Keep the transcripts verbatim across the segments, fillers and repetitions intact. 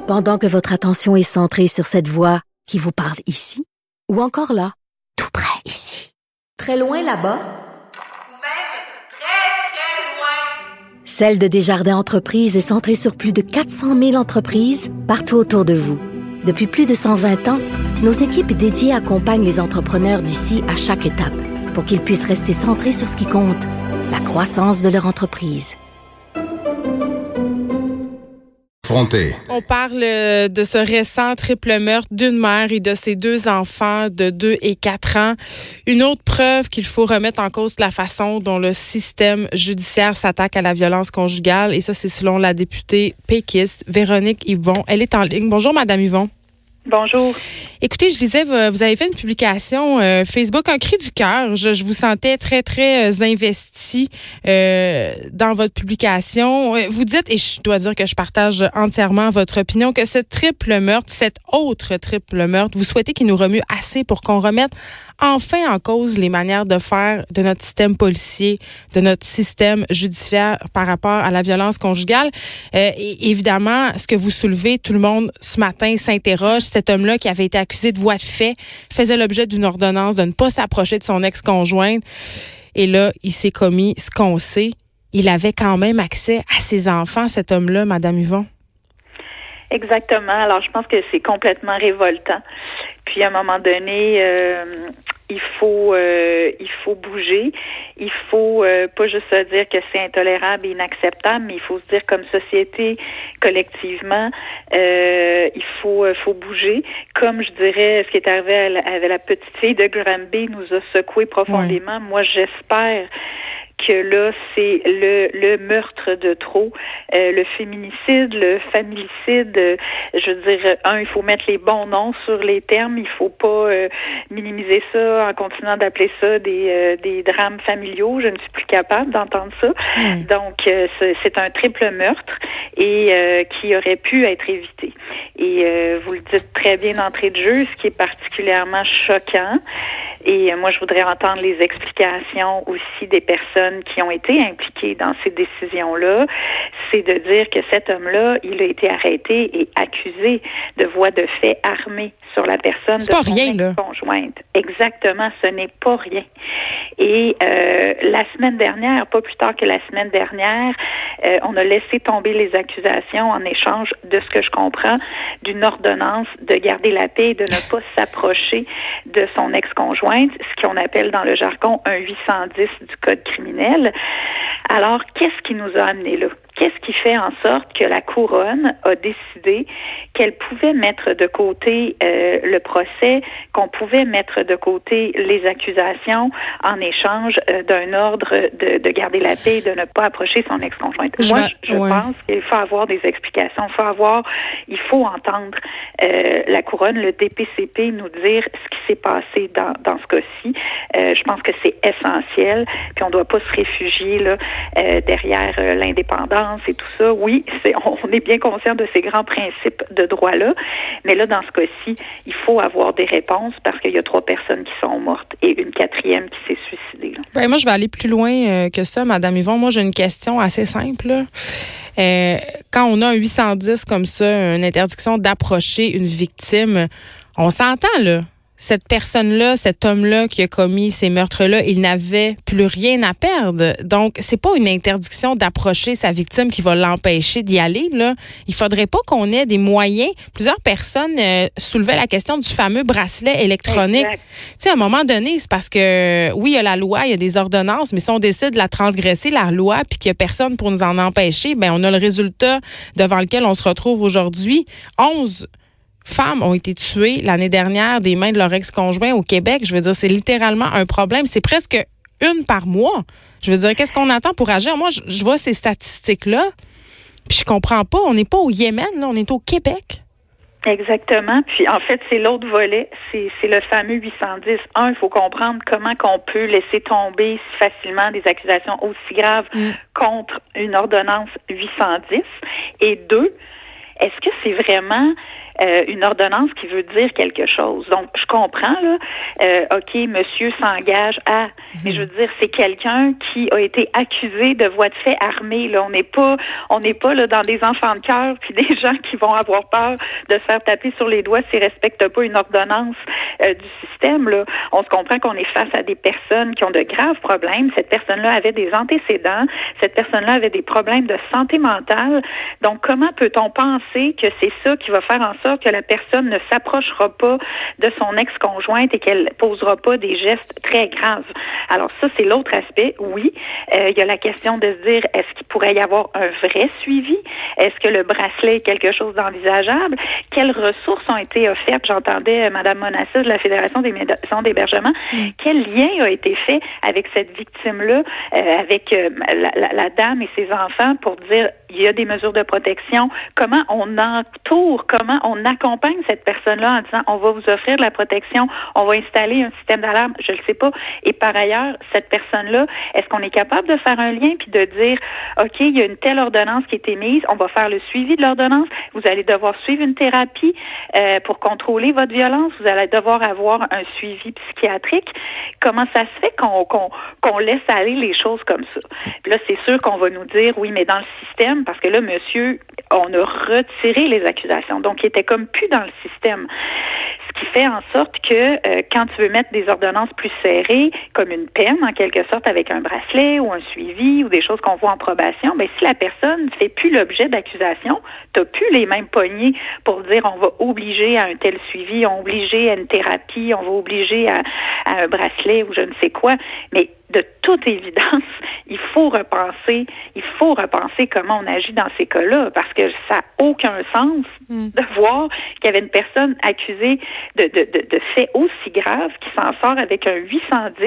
Pendant que votre attention est centrée sur cette voix qui vous parle ici, ou encore là, tout près ici, très loin là-bas, ou même très, très loin. Celle de Desjardins Entreprises est centrée sur plus de quatre cent mille entreprises partout autour de vous. Depuis plus de cent vingt ans, nos équipes dédiées accompagnent les entrepreneurs d'ici à chaque étape pour qu'ils puissent rester centrés sur ce qui compte, la croissance de leur entreprise. On parle de ce récent triple meurtre d'une mère et de ses deux enfants de deux et quatre ans. Une autre preuve qu'il faut remettre en cause la façon dont le système judiciaire s'attaque à la violence conjugale. Et ça, c'est selon la députée péquiste Véronique Yvon. Elle est en ligne. Bonjour, Madame Yvon. Bonjour. Écoutez, je disais, vous avez fait une publication euh, Facebook, un cri du cœur. Je, je vous sentais très, très euh, investi euh, dans votre publication. Vous dites, et je dois dire que je partage entièrement votre opinion, que ce triple meurtre, cet autre triple meurtre, vous souhaitez qu'il nous remue assez pour qu'on remette enfin en cause les manières de faire de notre système policier, de notre système judiciaire par rapport à la violence conjugale. Euh, et évidemment, ce que vous soulevez, tout le monde ce matin s'interroge. Cet homme-là qui avait été accusé de voie de fait faisait l'objet d'une ordonnance de ne pas s'approcher de son ex-conjointe. Et là, il s'est commis ce qu'on sait. Il avait quand même accès à ses enfants, cet homme-là, Madame Yvon. Exactement. Alors, je pense que c'est complètement révoltant. Puis, à un moment donné, euh, il faut euh, il faut bouger. Il faut euh, pas juste se dire que c'est intolérable et inacceptable, mais il faut se dire comme société, collectivement, euh, il faut euh, faut bouger. Comme je dirais, ce qui est arrivé à la, à la petite fille de Granby nous a secoué profondément. Ouais. Moi, j'espère que là, c'est le, le meurtre de trop, euh, le féminicide, le familicide. Euh, je veux dire, un, il faut mettre les bons noms sur les termes. Il faut pas euh, minimiser ça en continuant d'appeler ça des, euh, des drames familiaux. Je ne suis plus capable d'entendre ça. Mmh. Donc, euh, c'est, c'est un triple meurtre et euh, qui aurait pu être évité. Et euh, vous le dites très bien d'entrée de jeu, ce qui est particulièrement choquant. Et euh, moi, je voudrais entendre les explications aussi des personnes qui ont été impliquées dans ces décisions-là. C'est de dire que cet homme-là, il a été arrêté et accusé de voie de fait armée sur la personne c'est de pas son rien, ex-conjointe. Là. Exactement, ce n'est pas rien. Et euh, la semaine dernière, pas plus tard que la semaine dernière, euh, on a laissé tomber les accusations en échange de ce que je comprends d'une ordonnance de garder la paix et de ne pas s'approcher de son ex-conjointe, ce qu'on appelle dans le jargon un huit cent dix du Code criminel. Alors, qu'est-ce qui nous a amenés là? Qu'est-ce qui fait en sorte que la couronne a décidé qu'elle pouvait mettre de côté euh, le procès, qu'on pouvait mettre de côté les accusations en échange euh, d'un ordre de, de garder la paix et de ne pas approcher son ex-conjointe? Je Moi, va, je, je ouais. pense qu'il faut avoir des explications. Il faut avoir, il faut entendre euh, la couronne, le D P C P nous dire ce qui s'est passé dans, dans ce cas-ci. Euh, je pense que c'est essentiel. Puis on ne doit pas se réfugier là euh, derrière euh, l'indépendance et tout ça. Oui, c'est, on est bien conscient de ces grands principes de droit-là, mais là, dans ce cas-ci, il faut avoir des réponses parce qu'il y a trois personnes qui sont mortes et une quatrième qui s'est suicidée. Là. Ben, moi, je vais aller plus loin euh, que ça, Madame Yvon. Moi, j'ai une question assez simple. Là. Euh, quand on a un huit cent dix comme ça, une interdiction d'approcher une victime, on s'entend, là. Cette personne-là, cet homme-là qui a commis ces meurtres-là, il n'avait plus rien à perdre. Donc, c'est pas une interdiction d'approcher sa victime qui va l'empêcher d'y aller, là. Il faudrait pas qu'on ait des moyens. Plusieurs personnes euh, soulevaient la question du fameux bracelet électronique. Tu sais, à un moment donné, c'est parce que, oui, il y a la loi, il y a des ordonnances, mais si on décide de la transgresser, la loi, puis qu'il y a personne pour nous en empêcher, ben on a le résultat devant lequel on se retrouve aujourd'hui. onze femmes ont été tuées l'année dernière des mains de leur ex-conjoint au Québec. Je veux dire, c'est littéralement un problème. C'est presque une par mois. Je veux dire, qu'est-ce qu'on attend pour agir? Moi, je, je vois ces statistiques-là, puis je comprends pas. On n'est pas au Yémen, là, on est au Québec. Exactement. Puis, en fait, c'est l'autre volet. C'est, c'est le fameux huit cent dix. Un, il faut comprendre comment qu'on peut laisser tomber si facilement des accusations aussi graves mm. contre une ordonnance huit cent dix. Et deux, est-ce que c'est vraiment euh, une ordonnance qui veut dire quelque chose. Donc, je comprends, là, euh, OK, monsieur s'engage à, mais je veux dire, c'est quelqu'un qui a été accusé de voies de fait armées, là. On n'est pas, on n'est pas, là, dans des enfants de cœur puis des gens qui vont avoir peur de se faire taper sur les doigts s'ils respectent pas une ordonnance euh, du système, là. On se comprend qu'on est face à des personnes qui ont de graves problèmes. Cette personne-là avait des antécédents. Cette personne-là avait des problèmes de santé mentale. Donc, comment peut-on penser que c'est ça qui va faire en sorte que la personne ne s'approchera pas de son ex-conjointe et qu'elle posera pas des gestes très graves? Alors ça, c'est l'autre aspect. Oui, euh, il y a la question de se dire, est-ce qu'il pourrait y avoir un vrai suivi? Est-ce que le bracelet est quelque chose d'envisageable? Quelles ressources ont été offertes? J'entendais euh, Mme Monassis de la Fédération des maisons d'hébergement. Mm. Quel lien a été fait avec cette victime-là, euh, avec euh, la, la, la dame et ses enfants pour dire, il y a des mesures de protection? Comment on entoure, comment on accompagne cette personne-là en disant, on va vous offrir de la protection, on va installer un système d'alarme, je ne le sais pas. Et par ailleurs, cette personne-là, est-ce qu'on est capable de faire un lien puis de dire, OK, il y a une telle ordonnance qui a été mise, on va faire le suivi de l'ordonnance, vous allez devoir suivre une thérapie euh, pour contrôler votre violence, vous allez devoir avoir un suivi psychiatrique. Comment ça se fait qu'on, qu'on, qu'on laisse aller les choses comme ça? Puis là, c'est sûr qu'on va nous dire, oui, mais dans le système, parce que là, monsieur, on a retiré les accusations. Donc, il était comme plus dans le système. Ce qui fait en sorte que euh, quand tu veux mettre des ordonnances plus serrées, comme une peine, en quelque sorte, avec un bracelet ou un suivi ou des choses qu'on voit en probation, bien, si la personne ne fait plus l'objet d'accusation, tu n'as plus les mêmes poignées pour dire on va obliger à un tel suivi, on va obliger à une thérapie, on va obliger à, à un bracelet ou je ne sais quoi. Mais de toute évidence, il faut repenser, il faut repenser comment on agit dans ces cas-là, parce que ça n'a aucun sens mm. de voir qu'il y avait une personne accusée de, de, de, de faits aussi graves qui s'en sort avec un huit cent dix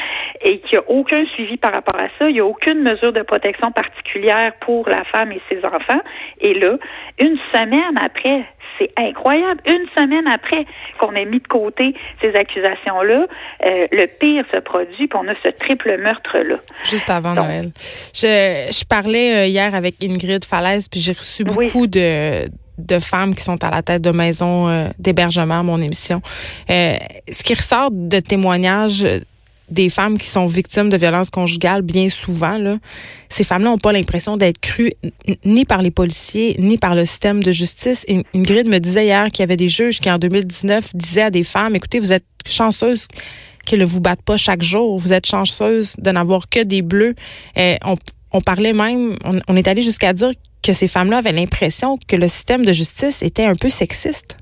et qu'il n'y a aucun suivi par rapport à ça, il n'y a aucune mesure de protection particulière pour la femme et ses enfants. Et là, une semaine après, c'est incroyable, une semaine après qu'on ait mis de côté ces accusations-là, euh, le pire se produit, puis on a ce triple meurtre-là. Juste avant Donc, Noël. Je, je parlais hier avec Ingrid Falaise, puis j'ai reçu beaucoup oui. de... de femmes qui sont à la tête de maisons euh, d'hébergement à mon émission. Euh, ce qui ressort de témoignages des femmes qui sont victimes de violences conjugales, bien souvent, là, ces femmes-là n'ont pas l'impression d'être crues n- ni par les policiers, ni par le système de justice. In- Ingrid me disait hier qu'il y avait des juges qui, en deux mille dix-neuf, disaient à des femmes, écoutez, vous êtes chanceuses qu'ils ne vous battent pas chaque jour. Vous êtes chanceuse de n'avoir que des bleus. Euh, on, on parlait même, on, on est allé jusqu'à dire que ces femmes-là avaient l'impression que le système de justice était un peu sexiste.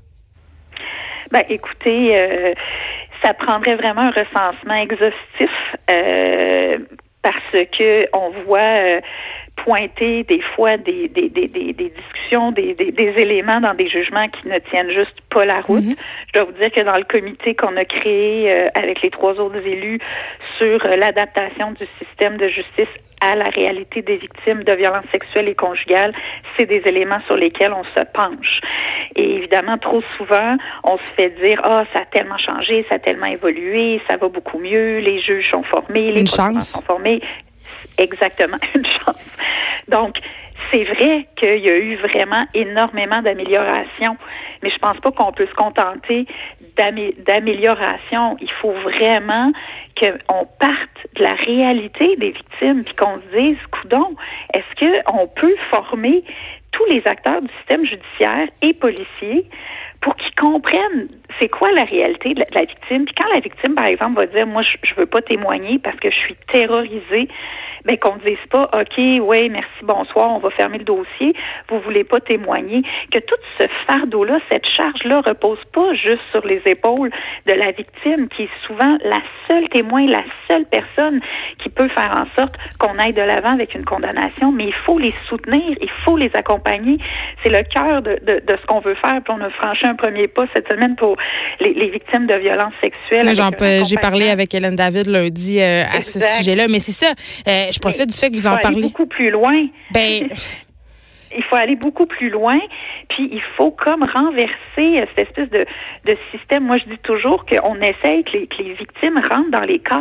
Ben, écoutez, euh, ça prendrait vraiment un recensement exhaustif euh, parce que on voit euh, pointer des fois des, des, des, des, des discussions, des, des, des éléments dans des jugements qui ne tiennent juste pas la route. Mm-hmm. Je dois vous dire que dans le comité qu'on a créé euh, avec les trois autres élus sur euh, l'adaptation du système de justice à la réalité des victimes de violences sexuelles et conjugales, c'est des éléments sur lesquels on se penche. Et évidemment, trop souvent, on se fait dire « Ah, oh, ça a tellement changé, ça a tellement évolué, ça va beaucoup mieux, les juges sont formés, les procureurs sont formés. » Exactement, une chance. Donc, c'est vrai qu'il y a eu vraiment énormément d'améliorations, mais je pense pas qu'on peut se contenter d'amé- d'amélioration. Il faut vraiment qu'on parte de la réalité des victimes puis qu'on se dise, coudonc, est-ce qu'on peut former tous les acteurs du système judiciaire et policiers pour qu'ils comprennent c'est quoi la réalité de la, de la victime. Puis quand la victime, par exemple, va dire, moi, je, je veux pas témoigner parce que je suis terrorisée, ben qu'on ne dise pas, OK, oui, merci, bonsoir, on va fermer le dossier, vous voulez pas témoigner. Que tout ce fardeau-là, cette charge-là repose pas juste sur les épaules de la victime, qui est souvent la seule témoin, la seule personne qui peut faire en sorte qu'on aille de l'avant avec une condamnation, mais il faut les soutenir, il faut les accompagner. C'est le cœur de, de, de ce qu'on veut faire, puis on a franchi un premier pas cette semaine pour les, les victimes de violences sexuelles. J'ai parlé avec Hélène David lundi euh, à ce sujet-là, mais c'est ça, euh, je profite du fait que vous en parlez. Il faut aller beaucoup plus loin. Ben... Il faut aller beaucoup plus loin, puis il faut comme renverser cette espèce de, de système. Moi, je dis toujours qu'on essaye que les, que les victimes rentrent dans les cases du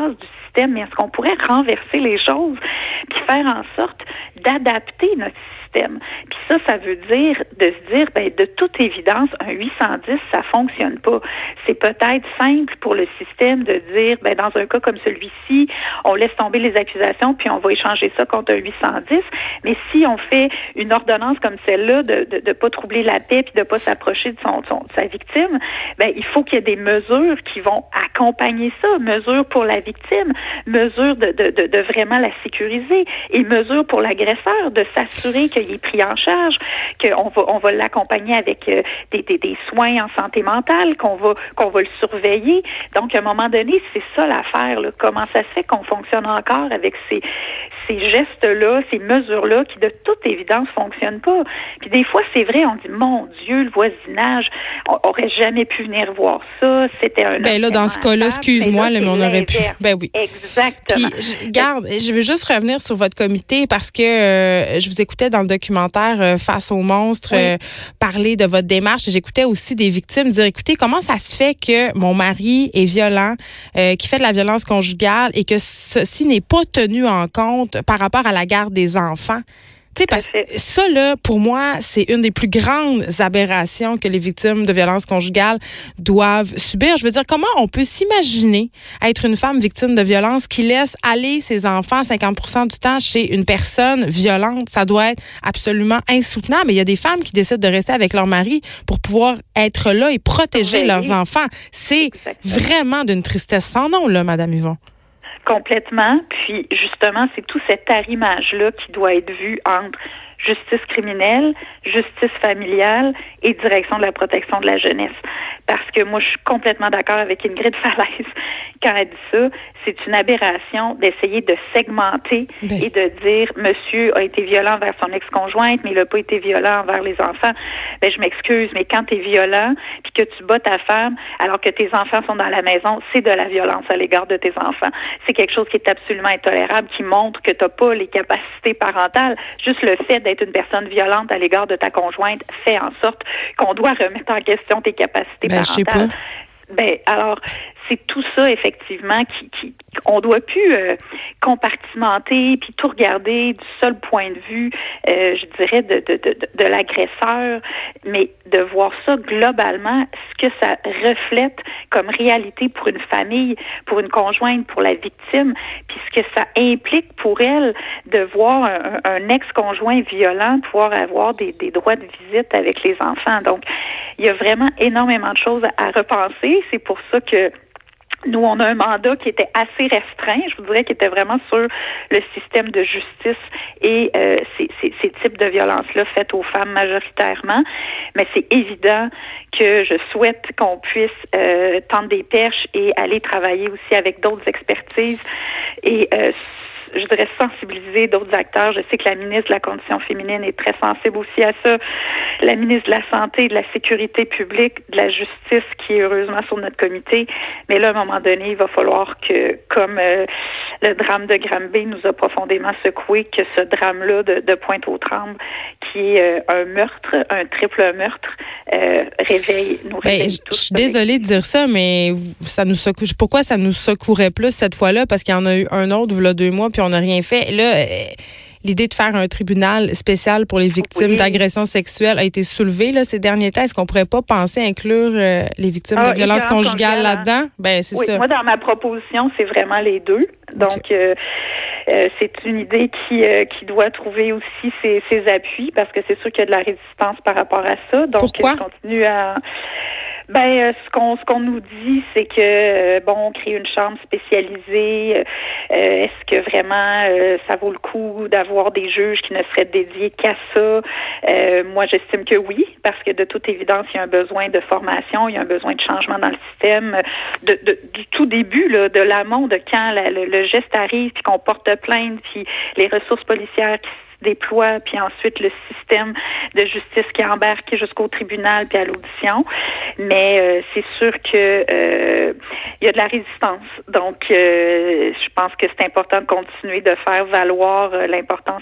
système, mais est-ce qu'on pourrait renverser les choses puis faire en sorte d'adapter notre système? Puis ça, ça veut dire de se dire, ben, de toute évidence, un huit cent dix, ça fonctionne pas. C'est peut-être simple pour le système de dire, ben, dans un cas comme celui-ci, on laisse tomber les accusations puis on va échanger ça contre un huit cent dix. Mais si on fait une ordonnance comme celle-là de de, de pas troubler la paix puis de pas s'approcher de son, son de sa victime, ben, il faut qu'il y ait des mesures qui vont accompagner ça, mesures pour la victime, mesures de, de, de, de vraiment la sécuriser et mesures pour l'agresseur, de s'assurer qu'il est pris en charge, qu'on va, on va l'accompagner avec euh, des, des, des soins en santé mentale, qu'on va, qu'on va le surveiller. Donc, à un moment donné, c'est ça l'affaire, là. Comment ça se fait qu'on fonctionne encore avec ces, ces gestes-là, ces mesures-là qui, de toute évidence, fonctionnent pas. Puis des fois, c'est vrai, on dit, mon Dieu, le voisinage, on aurait jamais pu venir voir ça, c'était un... Ben là, dans ce cas-là, excuse-moi, là, mais on aurait pu... Ben oui. Exactement. Puis, je, garde, je veux juste revenir sur votre comité parce que euh, je vous écoutais dans le documentaire euh, Face aux monstres, oui. euh, parler de votre démarche. J'écoutais aussi des victimes dire, écoutez, comment ça se fait que mon mari est violent, euh, qui fait de la violence conjugale et que ceci n'est pas tenu en compte par rapport à la garde des enfants? Tu sais, parce que ça, là, pour moi, c'est une des plus grandes aberrations que les victimes de violences conjugales doivent subir. Je veux dire, comment on peut s'imaginer être une femme victime de violence qui laisse aller ses enfants cinquante pour cent du temps chez une personne violente? Ça doit être absolument insoutenable. Mais il y a des femmes qui décident de rester avec leur mari pour pouvoir être là et protéger oui. leurs enfants. C'est Exactement. Vraiment d'une tristesse sans nom, là, Madame Yvon. Complètement. Puis, justement, c'est tout cet arrimage-là qui doit être vu entre justice criminelle, justice familiale et direction de la protection de la jeunesse. Parce que moi, je suis complètement d'accord avec Ingrid Falaise quand elle dit ça. C'est une aberration d'essayer de segmenter ben. et de dire, monsieur a été violent envers son ex-conjointe, mais il n'a pas été violent envers les enfants. Ben, je m'excuse, mais quand tu es violent puis que tu bats ta femme alors que tes enfants sont dans la maison, c'est de la violence à l'égard de tes enfants. C'est quelque chose qui est absolument intolérable, qui montre que tu n'as pas les capacités parentales. Juste le fait d'être une personne violente à l'égard de ta conjointe fait en sorte qu'on doit remettre en question tes capacités ben, parentales. Je sais pas. Ben, alors, c'est tout ça, effectivement, qui, qui on doit plus euh, compartimenter puis tout regarder du seul point de vue, euh, je dirais, de, de, de, de l'agresseur, mais de voir ça globalement, ce que ça reflète comme réalité pour une famille, pour une conjointe, pour la victime, puis ce que ça implique pour elle de voir un, un ex-conjoint violent pouvoir avoir des, des droits de visite avec les enfants. Donc, il y a vraiment énormément de choses à repenser. C'est pour ça que nous, on a un mandat qui était assez restreint, je vous dirais, qui était vraiment sur le système de justice et euh, ces, ces, ces types de violences-là faites aux femmes majoritairement. Mais c'est évident que je souhaite qu'on puisse euh, tendre des perches et aller travailler aussi avec d'autres expertises et euh, je voudrais sensibiliser d'autres acteurs. Je sais que la ministre de la Condition féminine est très sensible aussi à ça. La ministre de la Santé, de la Sécurité publique, de la Justice, qui est heureusement sur notre comité. Mais là, à un moment donné, il va falloir que, comme euh, le drame de Granby nous a profondément secoué, que ce drame-là de, de Pointe-aux-Trembles, qui est euh, un meurtre, un triple meurtre, euh, réveille, nous réveille ben, tous. Je suis désolée de dire ça, mais ça nous secou... pourquoi ça nous secourait plus cette fois-là? Parce qu'il y en a eu un autre, il y a deux mois, puis on n'a rien fait. Là, euh, l'idée de faire un tribunal spécial pour les victimes oui. d'agressions sexuelles a été soulevée là, ces derniers temps. Est-ce qu'on pourrait pas penser à inclure euh, les victimes ah, de violences conjugales là-dedans? Ben, c'est oui, ça. Moi, dans ma proposition, c'est vraiment les deux. Donc, okay. euh, euh, c'est une idée qui euh, qui doit trouver aussi ses, ses appuis parce que c'est sûr qu'il y a de la résistance par rapport à ça. Donc, pourquoi? Je continue à... Ben, euh, ce qu'on ce qu'on nous dit, c'est que euh, bon, on crée une chambre spécialisée. Euh, est-ce que vraiment euh, ça vaut le coup d'avoir des juges qui ne seraient dédiés qu'à ça? Euh, moi, j'estime que oui, parce que de toute évidence, il y a un besoin de formation, il y a un besoin de changement dans le système, de, de du tout début, là, de l'amont, de quand la, le, le geste arrive, puis qu'on porte plainte, puis les ressources policières qui déploie, puis ensuite le système de justice qui embarque jusqu'au tribunal puis à l'audition. Mais euh, c'est sûr que euh, il y a de la résistance. Donc, euh, je pense que c'est important de continuer de faire valoir euh, l'importance que le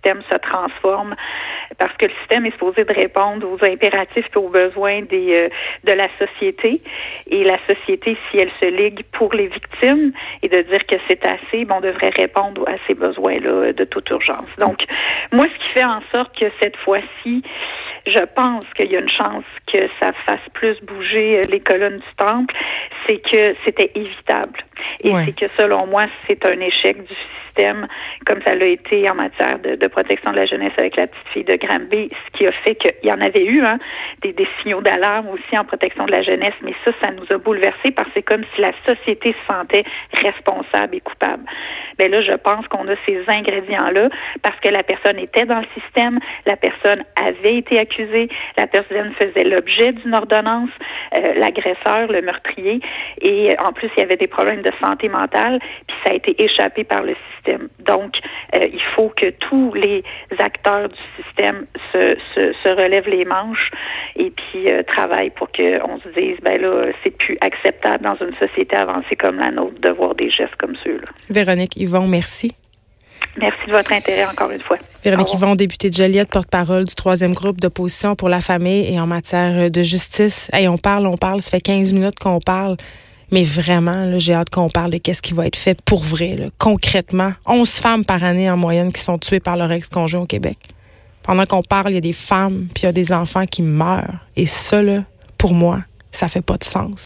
système se transforme, parce que le système est supposé de répondre aux impératifs et aux besoins des, euh, de la société. Et la société, si elle se ligue pour les victimes et de dire que c'est assez, bon, on devrait répondre à ces besoins-là de toute urgence. Donc, moi, ce qui fait en sorte que cette fois-ci, je pense qu'il y a une chance que ça fasse plus bouger les colonnes du temple, c'est que c'était évitable. Et ouais. c'est que, selon moi, c'est un échec du système, comme ça l'a été en matière de, de protection de la jeunesse avec la petite fille de Granby, ce qui a fait qu'il y en avait eu hein, des, des signaux d'alarme aussi en protection de la jeunesse, mais ça, ça nous a bouleversés parce que c'est comme si la société se sentait responsable et coupable. Ben là, je pense qu'on a ces ingrédients-là parce que la personne était dans le système, la personne avait été accusée, la personne faisait l'objet d'une ordonnance, euh, l'agresseur, le meurtrier, et en plus, il y avait des problèmes de santé mentale, puis ça a été échappé par le système. Donc, euh, il faut que tous les acteurs du système se, se, se relèvent les manches et puis euh, travaillent pour qu'on se dise, ben là, c'est plus acceptable dans une société avancée comme la nôtre de voir des gestes comme ceux-là. Véronique Yvon, merci. Merci de votre intérêt encore une fois. Véronique Yvon, députée de Joliette, porte-parole du troisième groupe d'opposition pour la famille et en matière de justice. Hey, on parle, on parle, ça fait quinze minutes qu'on parle. Mais vraiment, là, j'ai hâte qu'on parle de qu'est-ce qui va être fait pour vrai, là, concrètement. onze femmes par année en moyenne qui sont tuées par leur ex-conjoint au Québec. Pendant qu'on parle, il y a des femmes puis il y a des enfants qui meurent. Et ça, là, pour moi, ça fait pas de sens.